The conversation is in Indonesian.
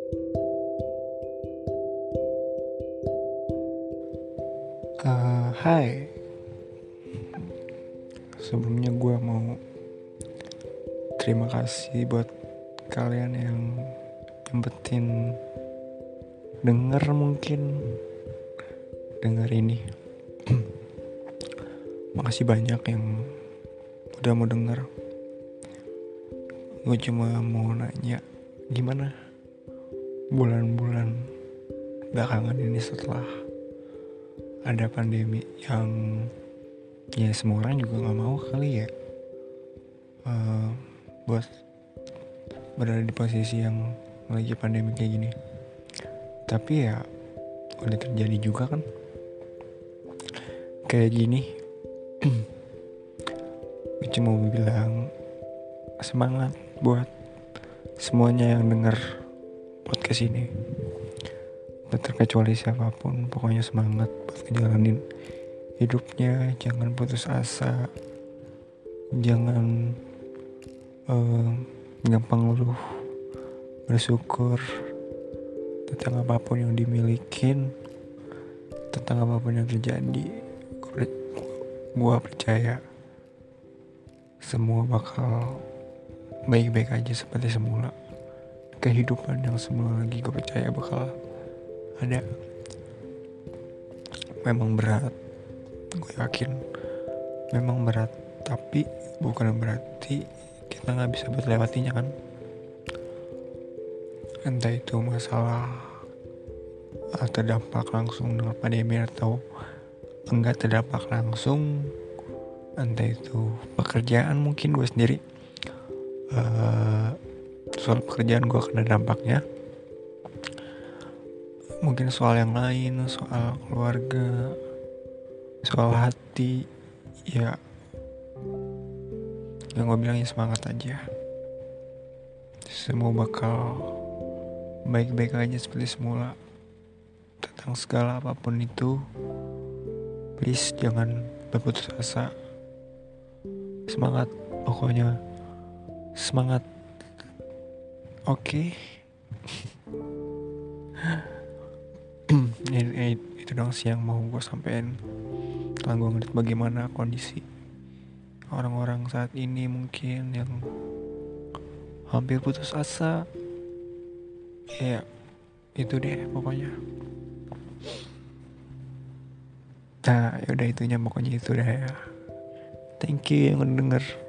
Hai, sebelumnya gue mau terima kasih buat kalian yang nyempetin denger ini. Makasih banyak yang udah mau denger. Gue cuma mau nanya, gimana bulan-bulan belakangan ini setelah ada pandemi yang ya semua orang juga gak mau kali ya buat berada di posisi yang lagi pandemi kayak gini. Tapi ya udah terjadi juga kan kayak gini. Gue cuma mau bilang semangat buat semuanya yang denger podcast ini, tak terkecuali siapapun. Pokoknya semangat buat ngejalanin hidupnya. Jangan putus asa, jangan gampang luluh, bersyukur tentang apapun yang dimilikin, tentang apapun yang terjadi. Gua percaya semua bakal baik-baik aja seperti semula. Kehidupan yang semula lagi gue percaya bakal ada. Memang berat, gue yakin memang berat, tapi bukan berarti kita gak bisa buat lewatinya kan. Entah itu masalah terdampak langsung dengan pandemi atau enggak terdampak langsung. Entah itu pekerjaan, mungkin gue sendiri soal pekerjaan gue kena dampaknya. Mungkin soal yang lain, soal keluarga, soal hati. Ya yang gue bilangnya semangat aja. Semua bakal baik-baik aja seperti semula. Tentang segala apapun itu, please jangan berputus asa. Semangat, pokoknya semangat. Oke. Itu dong sih yang mau gue sampein. Setelah gue ngeliat bagaimana kondisi orang-orang saat ini mungkin yang hampir putus asa. Ya itu deh pokoknya. Nah yaudah itunya pokoknya itu dah ya. Thank you yang udah denger.